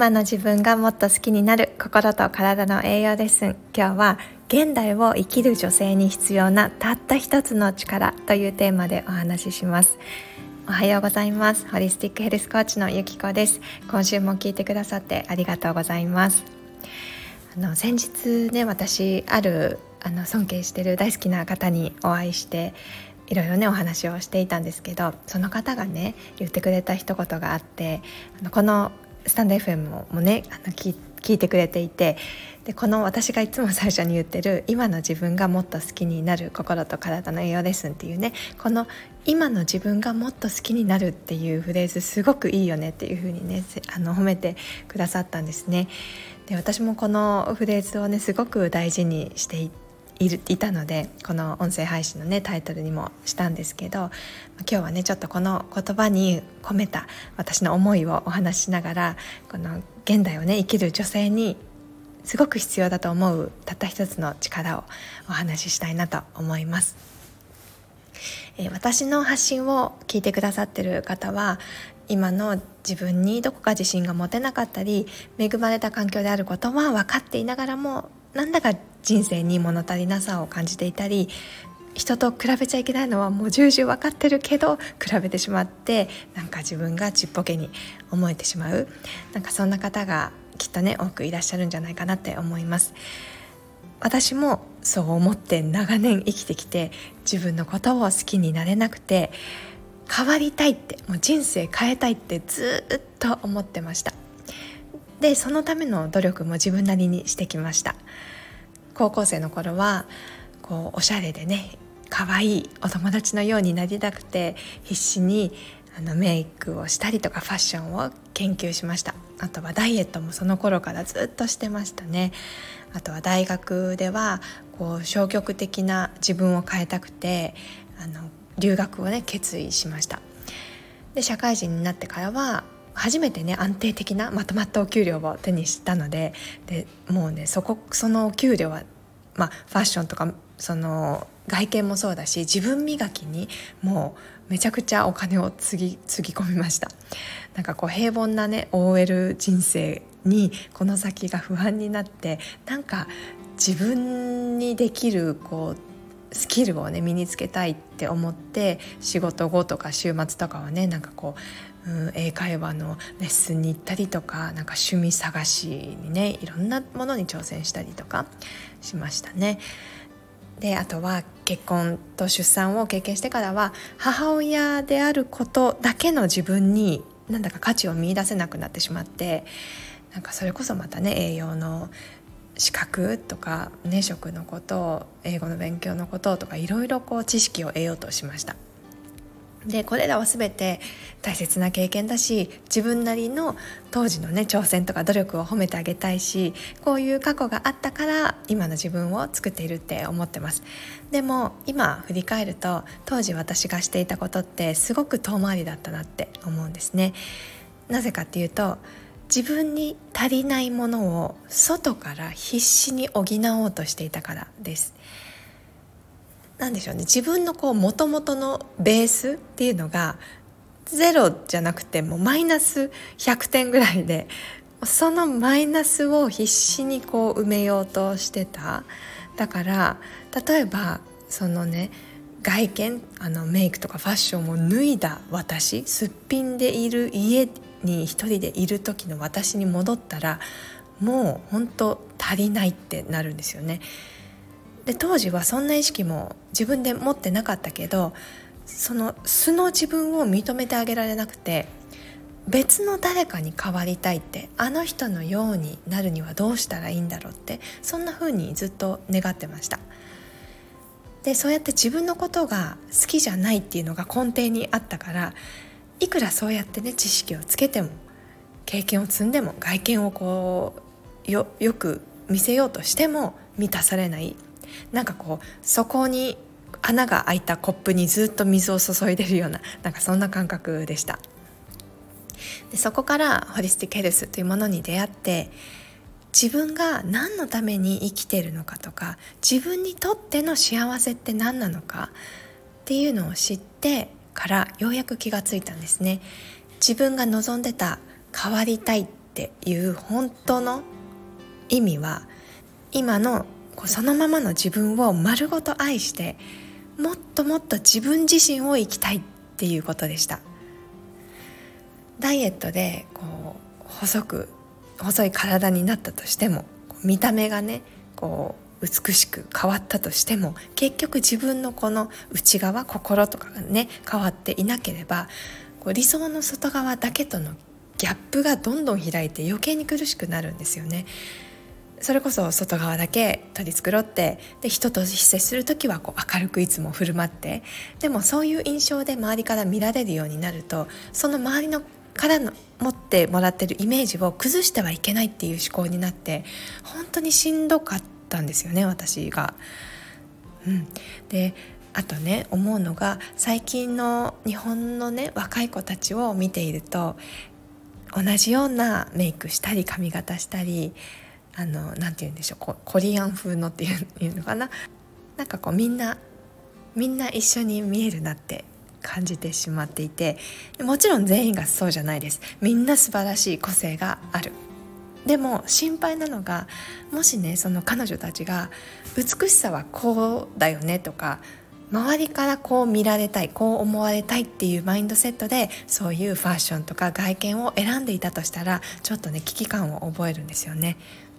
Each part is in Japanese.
今の自分がもっと好きになる心と体の栄養レッスン。今日は現代を生きる女性に必要なたった一つの力というテーマでお話しします。おはようございます。ホリスティックヘルスコーチのゆきこです。今週も聞いてくださってありがとうございます。先日ね、私ある尊敬してる大好きな方にお会いしていろいろねお話をしていたんですけど、その方がね言ってくれた一言があって、このスタンド FM もね聞いてくれていて、でこの私がいつも最初に言ってる今の自分がもっと好きになる心と体の栄養レッスンっていうね、この今の自分がもっと好きになるっていうフレーズすごくいいよねっていう風にね褒めてくださったんですね。で私もこのフレーズをねすごく大事にしていたので、この音声配信のねタイトルにもしたんですけど、今日はねちょっとこの言葉に込めた私の思いをお話ししながら、この現代をね生きる女性にすごく必要だと思うたった一つの力をお話ししたいなと思います。私の発信を聞いてくださってる方は、今の自分にどこか自信が持てなかったり、恵まれた環境であることは分かっていながらも、なんだか人生に物足りなさを感じていたり、人と比べちゃいけないのはもう重々分かってるけど比べてしまって、なんか自分がちっぽけに思えてしまう、なんかそんな方がきっとね多くいらっしゃるんじゃないかなって思います。私もそう思って長年生きてきて、自分のことを好きになれなくて、変わりたいって、もう人生変えたいってずっと思ってました。でそのための努力も自分なりにしてきました。高校生の頃はおしゃれでね可愛いお友達のようになりたくて、必死にメイクをしたりとかファッションを研究しました。あとはダイエットもその頃からずっとしてましたね。あとは大学では消極的な自分を変えたくて留学をね決意しました。で社会人になってからは初めてね安定的なまとまったお給料を手にしたので、もうねそのお給料は、ファッションとかその外見もそうだし、自分磨きにもうめちゃくちゃお金をつぎ込みました。なんか平凡なね OL 人生にこの先が不安になって、なんか自分にできるスキルをね身につけたいって思って、仕事後とか週末とかはねなんか英会話のレッスンに行ったりとか、なんか趣味探しにねいろんなものに挑戦したりとかしましたね。であとは結婚と出産を経験してからは、母親であることだけの自分になんだか価値を見出せなくなってしまって、なんかそれこそまたね栄養の資格とか、ね、食のこと、英語の勉強のこととか、いろいろ知識を得ようとしました。でこれらは全て大切な経験だし、自分なりの当時のね挑戦とか努力を褒めてあげたいし、こういう過去があったから今の自分を作っているって思ってます。でも今振り返ると、当時私がしていたことってすごく遠回りだったなって思うんですね。なぜかっていうと、自分に足りないものを外から必死に補おうとしていたからです。なんでしょうね、自分の元々のベースっていうのがゼロじゃなくてもうマイナス100点ぐらいで、そのマイナスを必死に埋めようとしてた。だから例えばそのね外見メイクとかファッションを脱いだ私、すっぴんでいる家に一人でいる時の私に戻ったら、もう本当足りないってなるんですよね。で当時はそんな意識も自分で持ってなかったけど、その素の自分を認めてあげられなくて、別の誰かに変わりたいって、あの人のようになるにはどうしたらいいんだろうって、そんな風にずっと願ってました。でそうやって自分のことが好きじゃないっていうのが根底にあったから、いくらそうやってね知識をつけても経験を積んでも、外見をよく見せようとしても満たされない、なんかそこに穴が開いたコップにずっと水を注いでるような、なんかそんな感覚でした。でそこからホリスティックヘルスというものに出会って、自分が何のために生きているのかとか、自分にとっての幸せって何なのかっていうのを知ってからようやく気がついたんですね。自分が望んでた変わりたいっっていう本当の意味は、今のそのままの自分を丸ごと愛して、もっともっと自分自身を生きたいっていうことでした。ダイエットで細い体になったとしても、見た目がね美しく変わったとしても、結局自分のこの内側、心とかがね変わっていなければ、理想の外側だけとのギャップがどんどん開いて余計に苦しくなるんですよね。それこそ外側だけ取り繕って、で人と接するときは明るくいつも振る舞って、でもそういう印象で周りから見られるようになると、その周りのからの持ってもらってるイメージを崩してはいけないっていう思考になって、本当にしんどかったんですよね、私が。であとね、思うのが、最近の日本のね若い子たちを見ていると、同じようなメイクしたり髪型したり、なんて言うんでしょう、コリアン風のっていうのかな、なんかみんな一緒に見えるなって感じてしまっていて、もちろん全員がそうじゃないです。みんな素晴らしい個性がある。でも心配なのが、もしねその彼女たちが美しさはこうだよねとか、周りからこう見られたい、こう思われたいっていうマインドセットでそういうファッションとか外見を選んでいたとしたら、ちょっとね危機感を覚えるんですよね。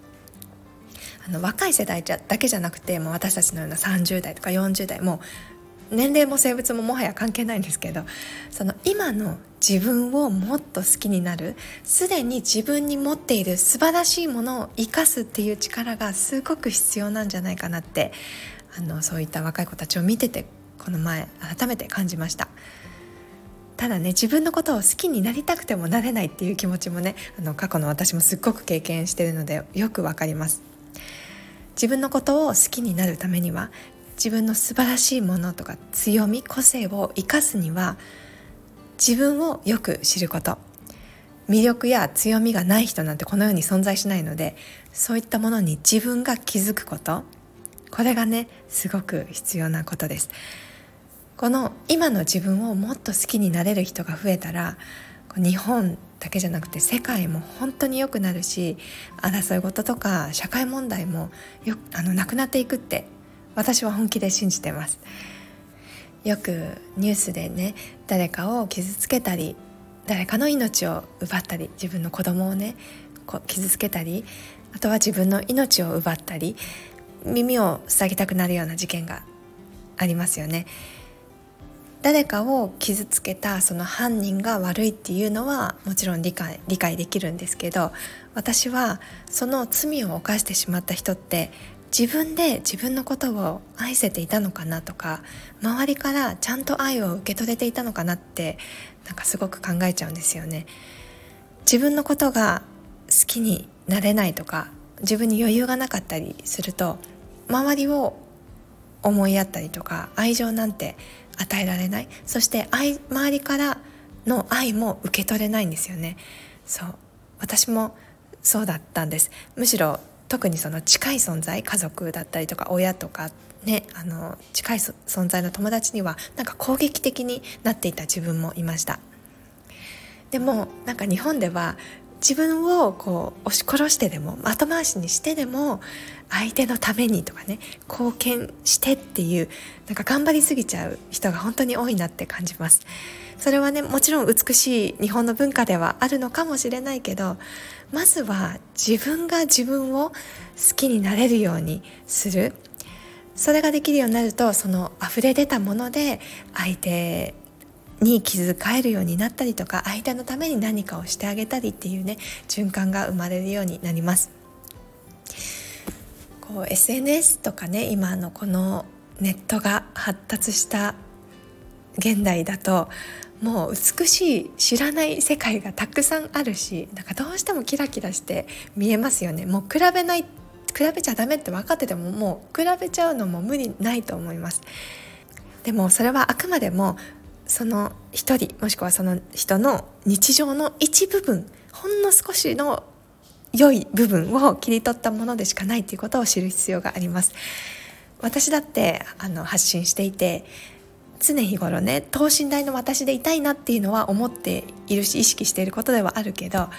若い世代だけじゃなくて、もう私たちのような30代とか40代、もう年齢も性別ももはや関係ないんですけど、その今の自分をもっと好きになる、すでに自分に持っている素晴らしいものを生かすっていう力がすごく必要なんじゃないかなって、そういった若い子たちを見てて、この前改めて感じました。ただね、自分のことを好きになりたくてもなれないっていう気持ちもね、過去の私もすっごく経験しているのでよくわかります。自分のことを好きになるためには、自分の素晴らしいものとか強み、個性を生かすには、自分をよく知ること、魅力や強みがない人なんてこの世に存在しないので、そういったものに自分が気づくこと、これがねすごく必要なことです。この今の自分をもっと好きになれる人が増えたら、日本だけじゃなくて世界も本当に良くなるし、争い事とか社会問題もなくなっていくって私は本気で信じてます。よくニュースでね、誰かを傷つけたり、誰かの命を奪ったり、自分の子供をね傷つけたり、あとは自分の命を奪ったり、耳を塞ぎたくなるような事件がありますよね。誰かを傷つけたその犯人が悪いっていうのはもちろん理解できるんですけど、私はその罪を犯してしまった人って自分で自分のことを愛せていたのかなとか、周りからちゃんと愛を受け取れていたのかなって、なんかすごく考えちゃうんですよね。自分のことが好きになれないとか、自分に余裕がなかったりすると、周りを思いやったりとか愛情なんて与えられない。そして周りからの愛も受け取れないんですよね。そう、私もそうだったんです。むしろ特にその近い存在、家族だったりとか親とかね、近い存在の友達にはなんか攻撃的になっていた自分もいました。でもなんか日本では自分を押し殺してでも後回しにしてでも相手のためにとかね、貢献してっていう、なんか頑張りすぎちゃう人が本当に多いなって感じます。それはね、もちろん美しい日本の文化ではあるのかもしれないけど、まずは自分が自分を好きになれるようにする。それができるようになると、その溢れ出たもので相手に気遣えるようになったりとか、相手のために何かをしてあげたりっていうね、循環が生まれるようになります。SNS とかね、今のこのネットが発達した現代だと、もう美しい知らない世界がたくさんあるし、なんかどうしてもキラキラして見えますよね。もう比べちゃダメって分かってても、もう比べちゃうのも無理ないと思います。でもそれはあくまでもその一人、もしくはその人の日常の一部分、ほんの少しの良い部分を切り取ったものでしかないということを知る必要があります。私だって発信していて、常日頃ね、等身大の私でいたいなっていうのは思っているし、意識していることではあるけど、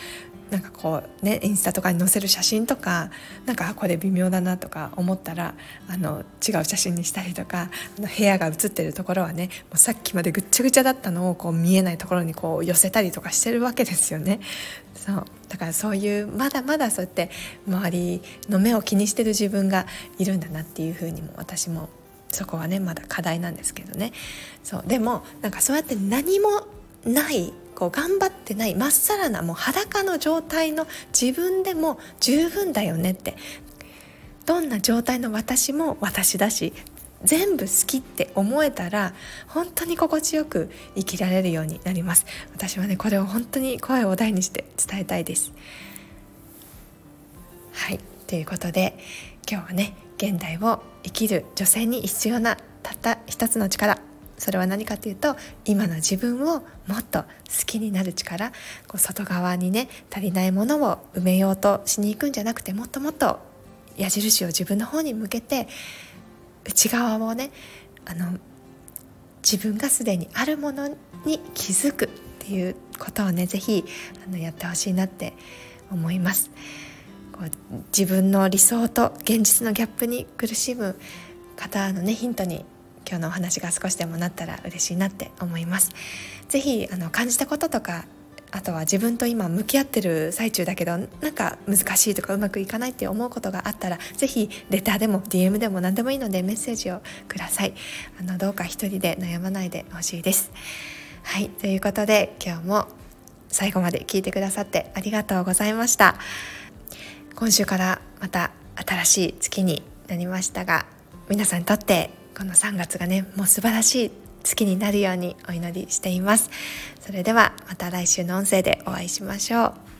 なんかこうねインスタとかに載せる写真とかなんかこれ微妙だなとか思ったら違う写真にしたりとか、部屋が写ってるところはねもうさっきまでぐっちゃぐちゃだったのをこう見えないところにこう寄せたりとかしてるわけですよね。そうだからそういうまだまだそうやって周りの目を気にしてる自分がいるんだなっていうふうにも私もそこはねまだ課題なんですけどね。そうでもなんかそうやって何もないこう頑張ってないまっさらなもう裸の状態の自分でも十分だよねって、どんな状態の私も私だし全部好きって思えたら本当に心地よく生きられるようになります。私はねこれを本当に声を大にして伝えたいです。はいということで今日はね現代を生きる女性に必要なたった一つの力、それは何かというと今の自分をもっと好きになる力、こう外側にね足りないものを埋めようとしに行くんじゃなくてもっともっと矢印を自分の方に向けて内側をね自分がすでにあるものに気づくっていうことをねぜひやってほしいなって思います。こう自分の理想と現実のギャップに苦しむ方のねヒントに今日のお話が少しでもなったら嬉しいなって思います。ぜひ感じたこととか、あとは自分と今向き合ってる最中だけどなんか難しいとかうまくいかないって思うことがあったらぜひレターでも DM でも何でもいいのでメッセージをください。どうか一人で悩まないでほしいです。はいということで今日も最後まで聞いてくださってありがとうございました。今週からまた新しい月になりましたが、皆さんにとってこの3月がねもう素晴らしい月になるようにお祈りしています。それではまた来週の音声でお会いしましょう。